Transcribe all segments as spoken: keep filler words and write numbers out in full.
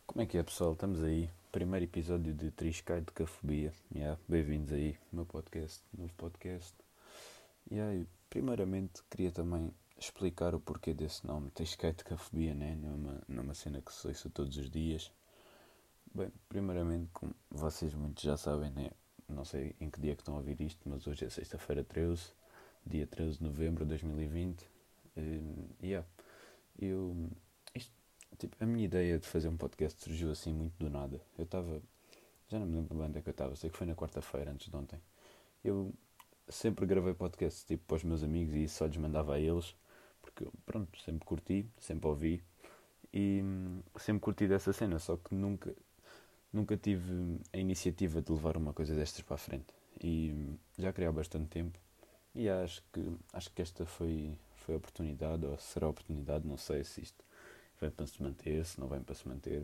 Como é que é, pessoal? Estamos aí. Primeiro episódio de Triscai de Cafobia. Yeah, bem-vindos aí, meu podcast, novo podcast. Yeah, e primeiramente queria também explicar o porquê desse nome, Triscai de Cafobia, né? Numa, numa cena que se ouça todos os dias. Bem, primeiramente, como vocês muitos já sabem, né? Não sei em que dia que estão a ouvir isto, mas hoje é sexta-feira treze, dia treze de novembro de dois mil e vinte. Um, yeah, eu isto, tipo, a minha ideia de fazer um podcast surgiu assim muito do nada. Eu estava, já não me lembro bem onde é que eu estava, sei que foi na quarta-feira, antes de ontem. Eu sempre gravei podcasts tipo para os meus amigos e só lhes mandava a eles, porque pronto, sempre curti, sempre ouvi e hum, sempre curti dessa cena, só que nunca, nunca tive a iniciativa de levar uma coisa destas para a frente. E hum, já criei há bastante tempo e acho que acho que esta foi, foi a oportunidade, ou será a oportunidade, não sei se isto vem para se manter, se não vem para se manter.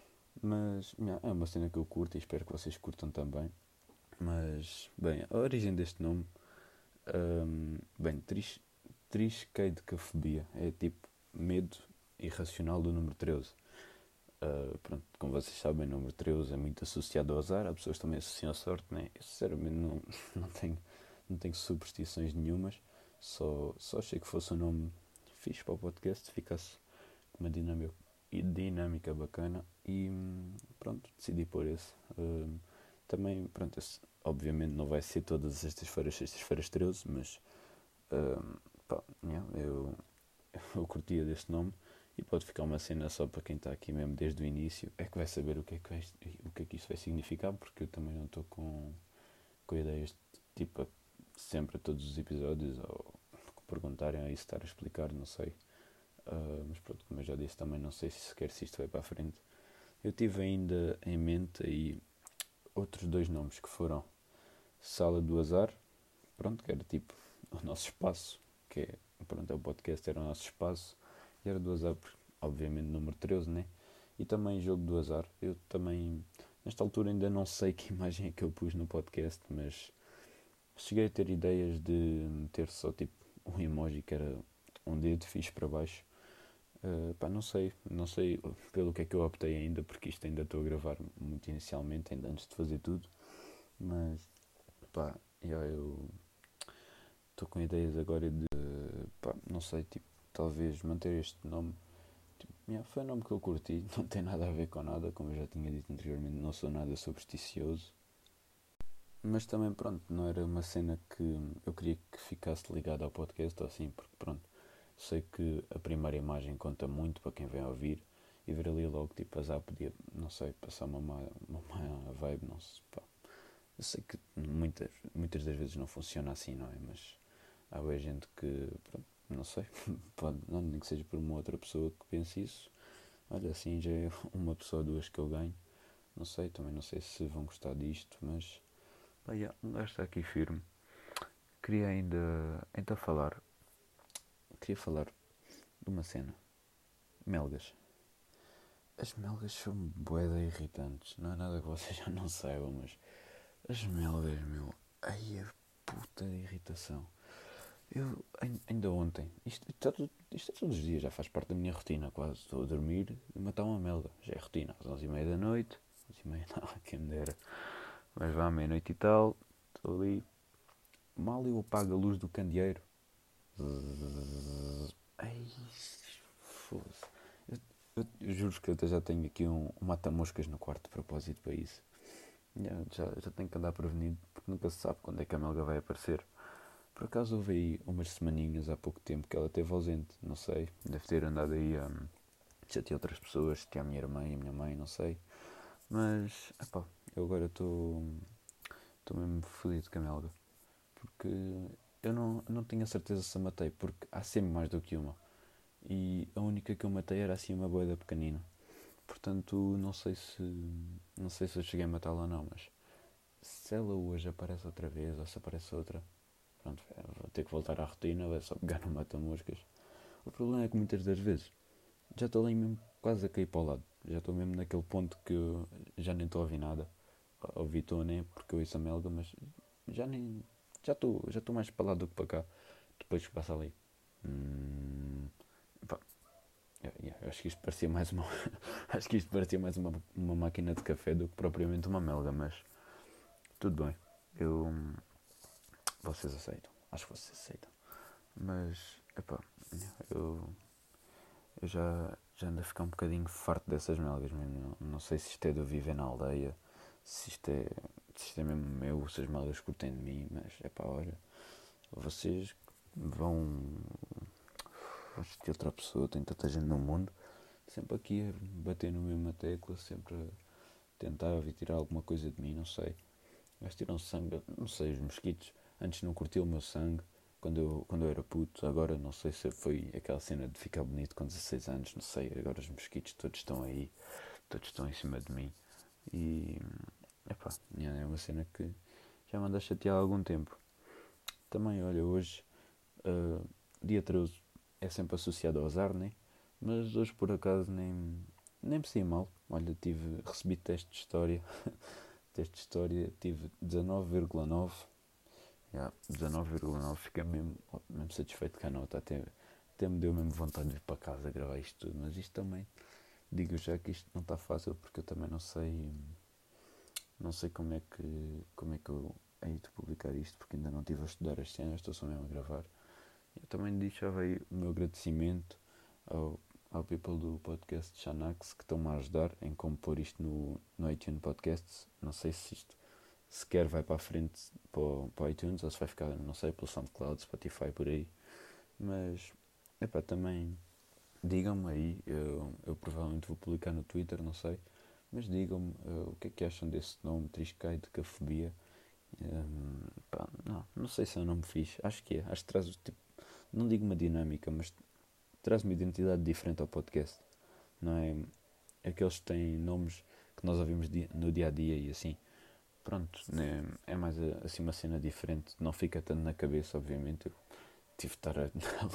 Mas yeah, é uma cena que eu curto e espero que vocês curtam também. Mas, bem, a origem deste nome, hum, bem, tris, trisqueidecafobia, é tipo medo irracional do número treze. Uh, pronto, como vocês sabem, o número treze é muito associado ao azar, há pessoas que também associam a sorte, né? Eu sinceramente não, não, tenho, não tenho superstições nenhumas, só, só achei que fosse um nome fixe para o podcast, ficasse uma dinâmica, dinâmica bacana e pronto, decidi pôr esse. Um, também, pronto, esse, obviamente não vai ser todas as sextas-feiras, sextas-feiras treze, mas um, pá, yeah, eu, eu curtia deste nome e pode ficar uma cena só para quem está aqui mesmo desde o início, é que vai saber o que é que, vai, o que, é que isso vai significar, porque eu também não estou com, com ideias de, tipo a, sempre a todos os episódios ou perguntarem a isso estar a explicar, não sei. Uh, mas pronto, como eu já disse, também não sei se sequer se isto vai para a frente. Eu tive ainda em mente aí outros dois nomes que foram Sala do Azar, pronto, que era tipo o nosso espaço, que é, pronto, é o podcast, era o nosso espaço, e era do Azar, obviamente número treze, né? E também Jogo do Azar. Eu também, nesta altura, ainda não sei que imagem é que eu pus no podcast, mas cheguei a ter ideias de meter só tipo um emoji que era um dedo fixe para baixo. Uh, pá, não sei, não sei pelo que é que eu optei ainda, porque isto ainda estou a gravar muito inicialmente, ainda antes de fazer tudo, mas pá, já eu estou com ideias agora de, pá, não sei, tipo, talvez manter este nome. Tipo, já, foi um nome que eu curti, não tem nada a ver com nada, como eu já tinha dito anteriormente, não sou nada supersticioso, mas também, pronto, não era uma cena que eu queria que ficasse ligada ao podcast ou assim, porque pronto, sei que a primeira imagem conta muito para quem vem ouvir e ver ali logo tipo azar podia, não sei, passar uma má, uma má vibe, não sei, pá. Eu sei que muitas, muitas das vezes não funciona assim, não é? Mas há bem gente que, pronto, não sei, pode, não, nem que seja por uma outra pessoa que pense isso. Olha, assim já é uma pessoa ou duas que eu ganho. Não sei, também não sei se vão gostar disto, mas pá, yeah, um gajo está aqui firme. Queria ainda, ainda falar, queria falar de uma cena. Melgas. As melgas são bué irritantes. Não é nada que vocês já não saibam, mas as melgas, meu. Ai, a puta de irritação. Eu, ainda ontem, isto, isto, é isto é todos os dias, já faz parte da minha rotina quase. Estou a dormir e matar uma melga. Já é rotina, às onze e meia da noite. Onze e meia não, quem me dera. Mas vá à meia-noite e tal. Estou ali. Mal eu apago a luz do candeeiro. Ai, foda-se. Eu, eu, eu juro que eu já tenho aqui um, um mata-moscas no quarto de propósito para isso. Já, já, já tenho que andar prevenido porque nunca se sabe quando é que a melga vai aparecer. Por acaso houve aí umas semaninhas há pouco tempo que ela esteve ausente, não sei. Deve ter andado aí a um, chatear outras pessoas, chatear a minha irmã e a minha mãe, não sei. Mas, epá, eu agora estou estou mesmo fodido com a melga. Porque eu não, não tenho a certeza se a matei, porque há sempre mais do que uma. E a única que eu matei era assim uma boeda pequenina. Portanto, não sei se não sei se eu cheguei a matá-la ou não, mas se ela hoje aparece outra vez ou se aparece outra, pronto, é, vou ter que voltar à rotina, vai só pegar no mata-moscas. O problema é que muitas das vezes já estou ali mesmo quase a cair para o lado. Já estou mesmo naquele ponto que eu já nem estou a ouvir nada. Ouvi estou, né? Porque eu ouço a melga, mas já nem. Já estou já estou mais para lá do que para cá. Depois que passa ali. Hum, pá, Yeah, yeah, acho que isto parecia mais uma. Acho que isto parecia mais uma, uma máquina de café do que propriamente uma melga, mas tudo bem. Eu. Vocês aceitam. Acho que vocês aceitam. Mas, epá, eu, eu já, já ando a ficar um bocadinho farto dessas melgas mesmo. Não, não sei se isto é de eu viver na aldeia, se isto é, se isto é mesmo meu, se as melgas curtem de mim, mas, epá, olha, vocês vão. Acho que outra pessoa, tem tanta gente no mundo, sempre aqui a bater no mesma tecla, sempre a tentar vir tirar alguma coisa de mim, não sei. Mas tiram sangue, não sei, os mosquitos. Antes não curtiu o meu sangue quando eu, quando eu era puto. Agora não sei se foi aquela cena de ficar bonito com dezasseis anos, não sei. Agora os mosquitos todos estão aí, todos estão em cima de mim. E epá, é uma cena que já me anda a chatear há algum tempo. Também, olha, hoje, uh, dia treze é sempre associado ao azar, né? Mas hoje por acaso nem, nem me saí mal. Olha, tive, recebi teste de história. Teste de história tive dezanove vírgula nove. Yeah, dezanove vírgula nove, fiquei mesmo, mesmo satisfeito com a nota. Até, até me deu mesmo vontade de ir para casa gravar isto tudo. Mas isto também, digo já que isto não está fácil porque eu também não sei. Não sei como é que, como é que eu hei de publicar isto porque ainda não estive a estudar as cenas, estou só mesmo a gravar. Eu também deixava aí o meu agradecimento ao, ao people do podcast Xanax que estão-me a ajudar em como pôr isto no, no iTunes Podcasts. Não sei se isto sequer vai para a frente para o, para o iTunes ou se vai ficar, não sei, pelo SoundCloud, Spotify, por aí. Mas, epá, também digam-me aí, eu, eu provavelmente vou publicar no Twitter, não sei, mas digam-me uh, o que é que acham desse nome, Triscai de Cafobia. Um, pá, não, não sei se é um nome fixe, acho que é, acho que traz, tipo, não digo uma dinâmica, mas traz uma identidade diferente ao podcast, não é? Aqueles que têm nomes que nós ouvimos no dia a dia e assim. Pronto, né? É mais assim uma cena diferente, não fica tanto na cabeça, obviamente. Eu tive de estar a,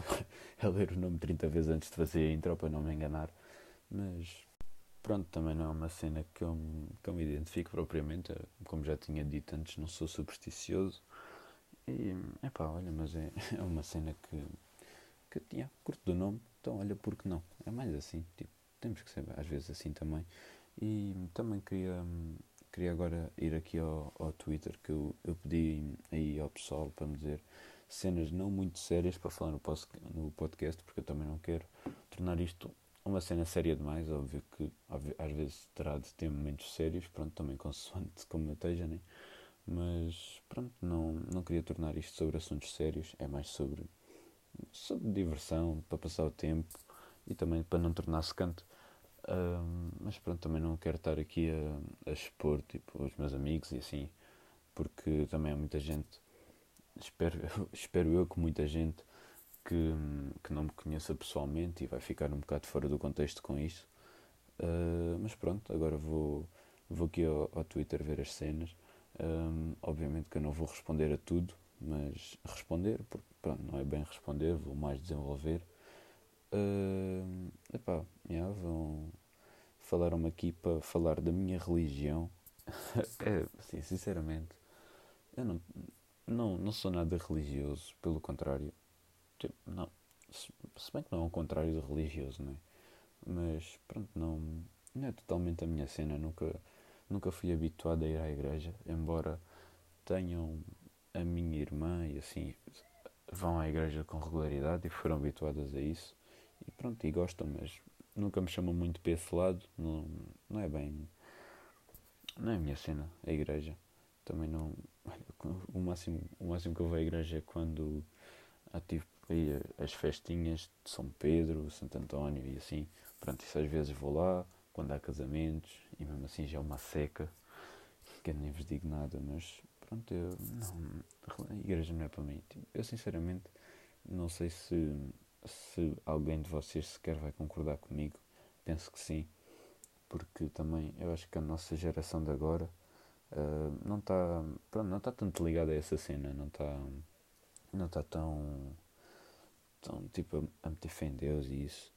a ler o nome trinta vezes antes de fazer a intro para não me enganar, mas pronto, também não é uma cena que eu, que eu me identifico propriamente. Como já tinha dito antes, não sou supersticioso e, epá, olha, mas é, é uma cena que, que tinha, curto do nome, então olha, porque não? É mais assim, tipo, temos que ser às vezes assim também. E também queria, queria agora ir aqui ao, ao Twitter, que eu, eu pedi aí ao pessoal para me dizer cenas não muito sérias para falar no, no podcast, porque eu também não quero tornar isto uma cena séria demais. Óbvio que às vezes terá de ter momentos sérios, pronto, também consoante como eu esteja, né? Mas pronto, não, não queria tornar isto sobre assuntos sérios, é mais sobre, sobre diversão, para passar o tempo e também para não tornar secante. Um, mas pronto, também não quero estar aqui a, a expor tipo, os meus amigos e assim, porque também há muita gente, espero, espero eu que muita gente que, que não me conheça pessoalmente e vai ficar um bocado fora do contexto com isso. Uh, mas pronto, agora vou, vou aqui ao, ao Twitter ver as cenas. Um, obviamente que eu não vou responder a tudo, mas responder, porque pronto, não é bem responder, vou mais desenvolver. Uh, epá, yeah, vão, falaram-me aqui para falar da minha religião. É, assim, sinceramente, eu não, não, não sou nada religioso, pelo contrário. Tipo, não, se, se bem que não é um contrário de religioso, não é? Mas pronto, não, não é totalmente a minha cena. Nunca, nunca fui habituado a ir à igreja, embora tenham a minha irmã e assim vão à igreja com regularidade e foram habituadas a isso. E pronto, e gostam, mas nunca me chamam muito para esse lado. Não, não é bem. Não é a minha cena, a igreja. Também não. O máximo, o máximo que eu vou à igreja é quando ativo aí as festinhas de São Pedro, Santo António e assim. Pronto, isso às vezes vou lá, quando há casamentos, e mesmo assim já é uma seca, que eu nem vos digo nada, mas pronto, eu não. A igreja não é para mim. Eu sinceramente não sei se, se alguém de vocês sequer vai concordar comigo. Penso que sim, porque também eu acho que a nossa geração de agora uh, não está não está tanto ligada a essa cena, não está não está tão, tão tipo a, a meter fé em Deus e isso.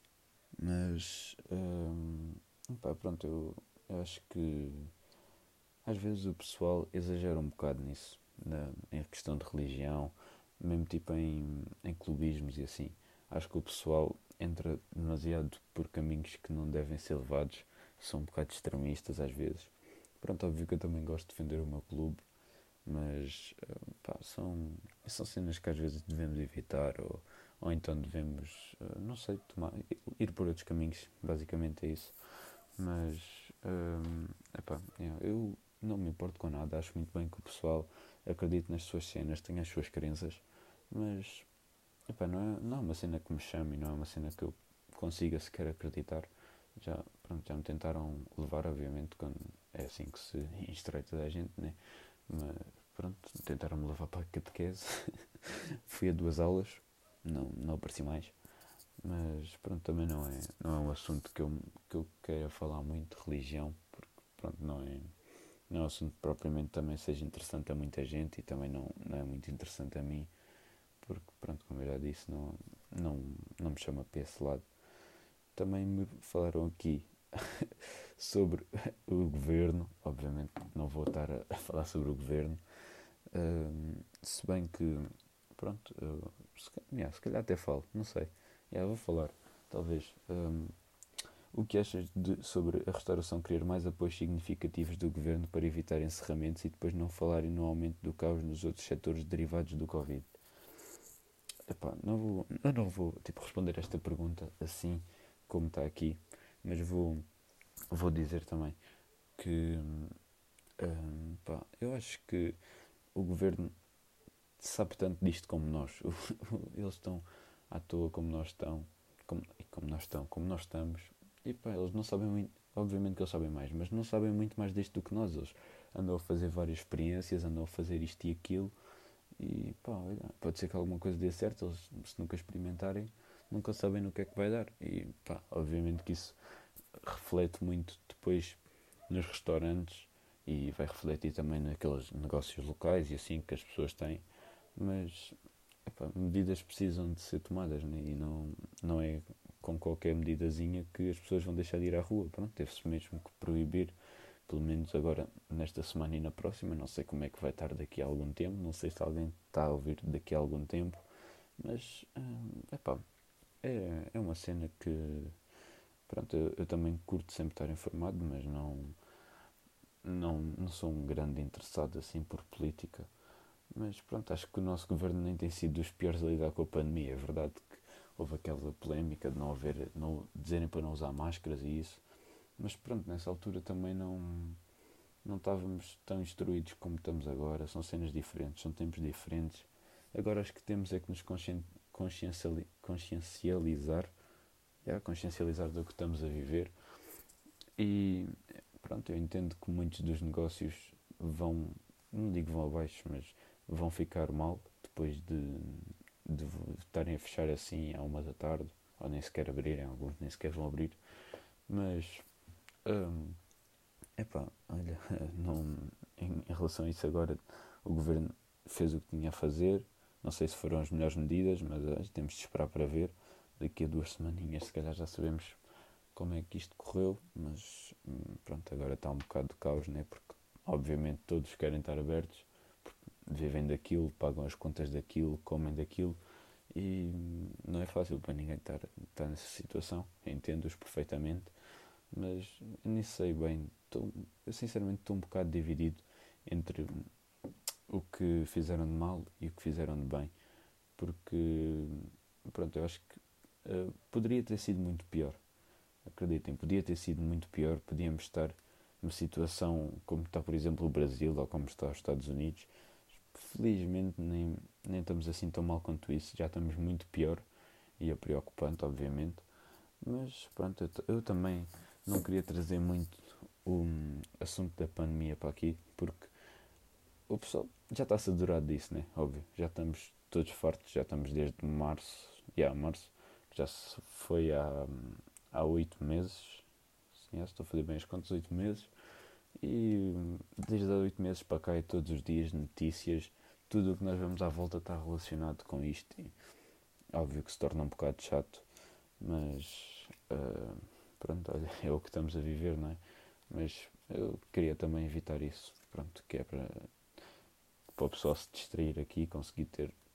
Mas um, pá, pronto, eu, eu acho que às vezes o pessoal exagera um bocado nisso, na, em questão de religião, mesmo tipo em, em clubismos e assim. Acho que o pessoal entra demasiado por caminhos que não devem ser levados, são um bocado extremistas às vezes. Pronto, óbvio que eu também gosto de defender o meu clube, mas eh, pá, são, são cenas que às vezes devemos evitar ou, ou então devemos, eh, não sei, tomar, ir por outros caminhos, basicamente é isso. Mas, hum, epá, yeah, eu não me importo com nada, acho muito bem que o pessoal acredite nas suas cenas, tenha as suas crenças, mas epá, não, é, não é uma cena que me chame, não é uma cena que eu consiga sequer acreditar. Já, pronto, já me tentaram levar, obviamente, quando é assim que se instrui toda a gente, né? Mas pronto, tentaram-me levar para a catequese. Fui a duas aulas, não, não apareci mais. Mas pronto, também não é, não é um assunto que eu, que eu queira falar muito, religião, porque pronto, não é, não é um assunto que propriamente também seja interessante a muita gente e também não, não é muito interessante a mim, porque pronto, como eu já disse, não, não, não me chama para esse lado. Também me falaram aqui sobre o governo, obviamente não vou estar a, a falar sobre o governo, hum, se bem que, pronto, eu, se, yeah, se calhar até falo, não sei, yeah, vou falar, talvez. Hum, o que achas de, sobre a restauração querer mais apoios significativos do governo para evitar encerramentos e depois não falarem no aumento do caos nos outros setores derivados do Covid? Epá, não vou, eu não vou tipo, responder esta pergunta assim como está aqui, mas vou, vou dizer também que hum, pá, eu acho que o governo sabe tanto disto como nós. Eles estão à toa como nós estão, como, como nós estão, como nós estamos. E pá, eles não sabem muito, obviamente que eles sabem mais, mas não sabem muito mais disto do que nós. Eles andam a fazer várias experiências, andam a fazer isto e aquilo. E pá, olha, pode ser que alguma coisa dê certo, eles se nunca experimentarem, nunca sabem no que é que vai dar. E pá, obviamente que isso reflete muito depois nos restaurantes e vai refletir também naqueles negócios locais e assim que as pessoas têm, mas epá, medidas precisam de ser tomadas, né? E não, não é com qualquer medidazinha que as pessoas vão deixar de ir à rua. Pronto, teve-se mesmo que proibir, pelo menos agora nesta semana e na próxima. Não sei como é que vai estar daqui a algum tempo, não sei se alguém está a ouvir daqui a algum tempo, mas hum, epá, é, é uma cena que pronto, eu, eu também curto sempre estar informado, mas não, não, não sou um grande interessado assim por política. Mas pronto, acho que o nosso governo nem tem sido dos piores a lidar com a pandemia. É verdade que houve aquela polémica de não haver, não, dizerem para não usar máscaras e isso. Mas pronto, nessa altura também não, não estávamos tão instruídos como estamos agora. São cenas diferentes, são tempos diferentes. Agora acho que temos é que nos conscien, conscienciali, consciencializar, é, consciencializar do que estamos a viver. E pronto, eu entendo que muitos dos negócios vão, não digo vão abaixo, mas vão ficar mal depois de, de estarem a fechar assim à uma da tarde, ou nem sequer abrirem, alguns nem sequer vão abrir. Mas, hum, epá, olha, não, em, em relação a isso agora, o governo fez o que tinha a fazer. Não sei se foram as melhores medidas, mas uh, temos de esperar para ver. Daqui a duas semaninhas, se calhar já sabemos como é que isto correu, mas hum, pronto, agora está um bocado de caos, né? Porque obviamente todos querem estar abertos, porque vivem daquilo, pagam as contas daquilo, comem daquilo e hum, não é fácil para ninguém estar, estar nessa situação. Eu entendo-os perfeitamente, mas eu nem sei bem, tô, eu sinceramente estou um bocado dividido entre o que fizeram de mal e o que fizeram de bem, porque pronto, eu acho que uh, poderia ter sido muito pior. Acreditem, podia ter sido muito pior, podíamos estar numa situação como está, por exemplo, o Brasil ou como está os Estados Unidos. Felizmente nem, nem estamos assim tão mal quanto isso, já estamos muito pior e é preocupante, obviamente. Mas pronto, eu, eu também não queria trazer muito o um, assunto da pandemia para aqui, porque o pessoal já está saturado disso, né? Óbvio, já estamos todos fartos, já estamos desde março, já yeah, março, já se foi há, há oito meses, sim, estou a fazer bem as contas, oito meses, e desde há oito meses para cá é todos os dias notícias, tudo o que nós vemos à volta está relacionado com isto, e óbvio que se torna um bocado chato, mas uh, pronto, olha, é o que estamos a viver, não é? Mas eu queria também evitar isso, pronto, que é para, para o pessoal se distrair aqui e conseguir ter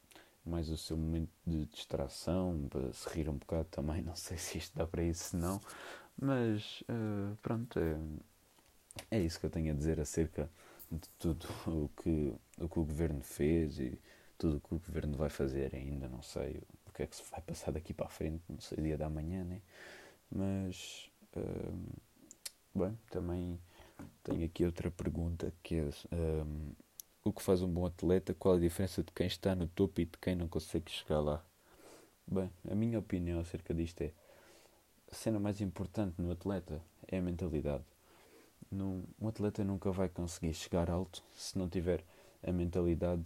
mais o seu momento de distração, para se rir um bocado também, não sei se isto dá para isso, não, mas uh, pronto, é, é isso que eu tenho a dizer acerca de tudo o que, o que o Governo fez e tudo o que o Governo vai fazer ainda, não sei o que é que se vai passar daqui para a frente, não sei o dia da manhã, né? Mas, uh, bem, também tenho aqui outra pergunta que é um, o que faz um bom atleta? Qual a diferença de quem está no topo e de quem não consegue chegar lá? Bem, a minha opinião acerca disto é a cena mais importante no atleta é a mentalidade. Num, um atleta nunca vai conseguir chegar alto se não tiver a mentalidade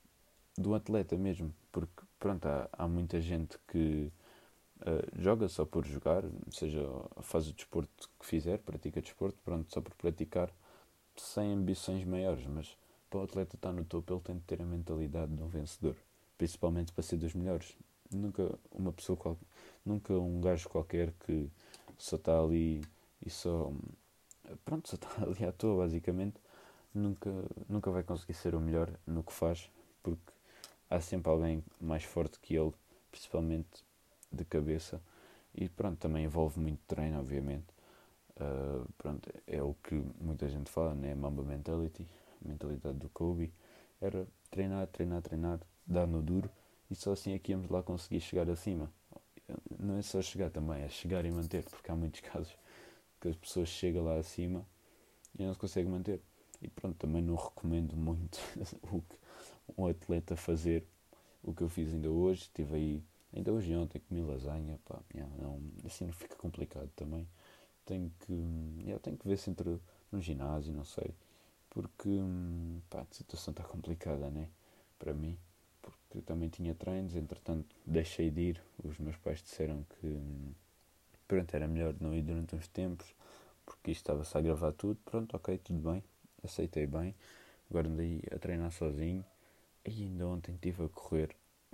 do atleta mesmo, porque pronto, há, há muita gente que uh, joga só por jogar, seja faz o desporto que fizer, pratica desporto, pronto, só por praticar, sem ambições maiores, mas para o atleta estar no topo ele tem de ter a mentalidade de um vencedor, principalmente para ser dos melhores. Nunca uma pessoa qual, nunca um gajo qualquer que só está ali e só pronto, só está ali à toa basicamente, nunca, nunca vai conseguir ser o melhor no que faz, porque há sempre alguém mais forte que ele, principalmente de cabeça, e pronto, também envolve muito treino, obviamente. Uh, pronto, é o que muita gente fala, né? Mamba mentality, a mentalidade do Kobe, era treinar, treinar, treinar, dar no duro, e só assim é que íamos lá conseguir chegar acima. Não é só chegar também, é chegar e manter, porque há muitos casos que as pessoas chegam lá acima e não se conseguem manter. E pronto, também não recomendo muito o que um atleta fazer, o que eu fiz ainda hoje, estive aí, ainda hoje e ontem comi lasanha, pá, yeah, não, assim não fica complicado também. Tenho que, yeah, tenho que ver se entro no ginásio, não sei, porque pá, a situação está complicada, né, para mim, porque eu também tinha treinos, entretanto deixei de ir, os meus pais disseram que pronto, era melhor não ir durante uns tempos, porque isto estava-se a gravar tudo, pronto, ok, tudo bem, aceitei bem, agora andei a treinar sozinho, e ainda ontem estive a correr,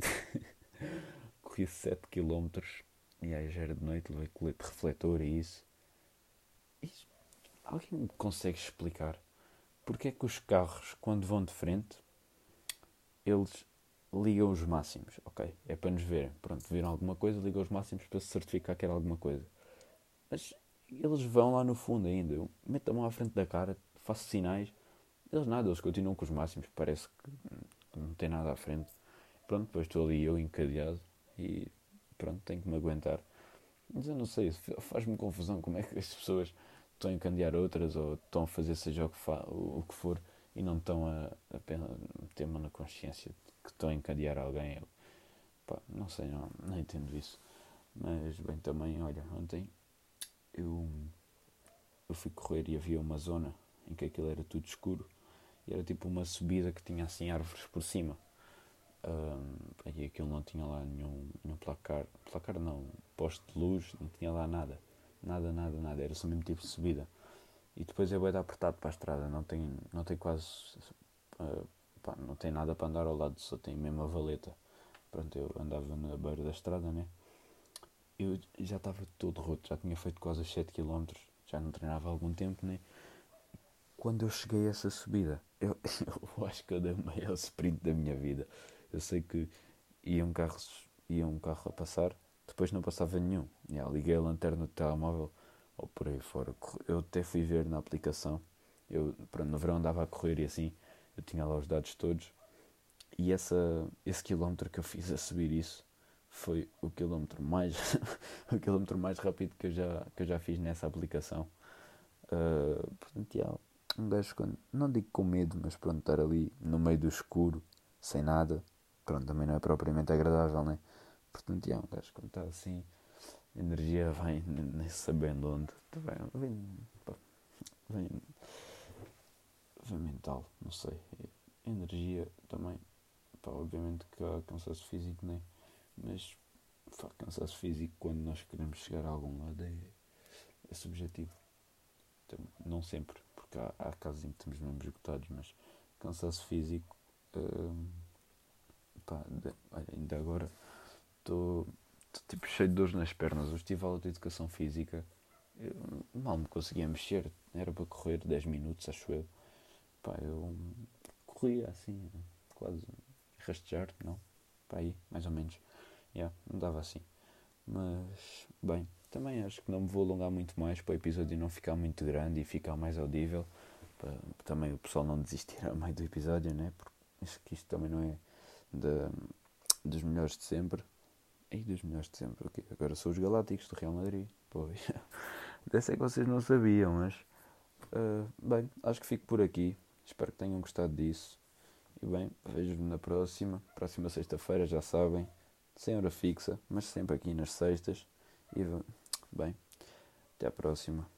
corri sete quilómetros e aí já era de noite, levei colete de refletor e isso. isso. Alguém me consegue explicar porque é que os carros, quando vão de frente, eles ligam os máximos, ok? É para nos verem, pronto, viram alguma coisa, ligam os máximos para se certificar que era alguma coisa. Mas eles vão lá no fundo ainda, eu meto a mão à frente da cara, faço sinais, eles nada, eles continuam com os máximos, parece que não tem nada à frente. Pronto, depois estou ali eu encadeado e pronto, tenho que me aguentar. Mas eu não sei, faz-me confusão como é que as pessoas estão a encandear outras ou estão a fazer seja o que, fa o que for e não estão a, a ter uma na consciência de que estão a encandear alguém. Eu, pá, não sei, não, não entendo isso. Mas bem, também, olha, ontem eu, eu fui correr e havia uma zona em que aquilo era tudo escuro e era tipo uma subida que tinha assim árvores por cima. Um, e aquilo não tinha lá nenhum, nenhum placar, placar não, poste de luz, não tinha lá nada, nada, nada, nada, era só mesmo tipo de subida. E depois é bem apertado para a estrada, não tem, não tem quase, uh, pá, não tem nada para andar ao lado, só tem mesmo a valeta. Pronto, eu andava na beira da estrada, né? Eu já estava todo roto, já tinha feito quase os sete quilómetros, já não treinava há algum tempo, né? Quando eu cheguei a essa subida, eu, eu acho que eu dei o maior sprint da minha vida. Eu sei que ia um carro, ia um carro a passar, depois não passava nenhum. Yeah, liguei a lanterna do telemóvel, ou por aí fora. Eu até fui ver na aplicação. Eu, pronto, no verão andava a correr e assim, eu tinha lá os dados todos. E essa, esse quilómetro que eu fiz a subir isso foi o quilómetro mais, o quilómetro mais rápido que eu já, que eu já fiz nessa aplicação. Uh, portanto, yeah, um gajo, quando, não digo com medo, mas pronto, estar ali no meio do escuro, sem nada, pronto, também não é propriamente agradável, né? Portanto, yeah, um gajo quando está assim, a energia vem, nem sabendo onde, vem, vem, pá, vem, vem mental, não sei. Energia também, pá, obviamente que há cansaço físico, né? Mas, pá, cansaço físico quando nós queremos chegar a algum lado é, é subjetivo. Não sempre, porque há, há casos em que estamos mesmo esgotados, mas cansaço físico, hum, pá, de, olha, ainda agora estou tipo cheio de dores nas pernas. Eu estive a aula de educação física, eu mal me conseguia mexer, era para correr dez minutos, acho eu. Pá, eu corria assim, quase rastejar, não? para aí, mais ou menos. Yeah, não dava assim. Mas, bem, também acho que não me vou alongar muito mais para o episódio não ficar muito grande e ficar mais audível. Para também o pessoal não desistir a meio do episódio, né? Porque acho que isto também não é da, dos melhores de sempre. E dos melhores de sempre, okay. Agora sou os Galácticos do Real Madrid. Pois, até sei que vocês não sabiam, mas... Uh, bem, acho que fico por aqui. Espero que tenham gostado disso. E bem, vejo-vos na próxima. Próxima sexta-feira, já sabem. Sem hora fixa, mas sempre aqui nas sextas. E bem, até à próxima.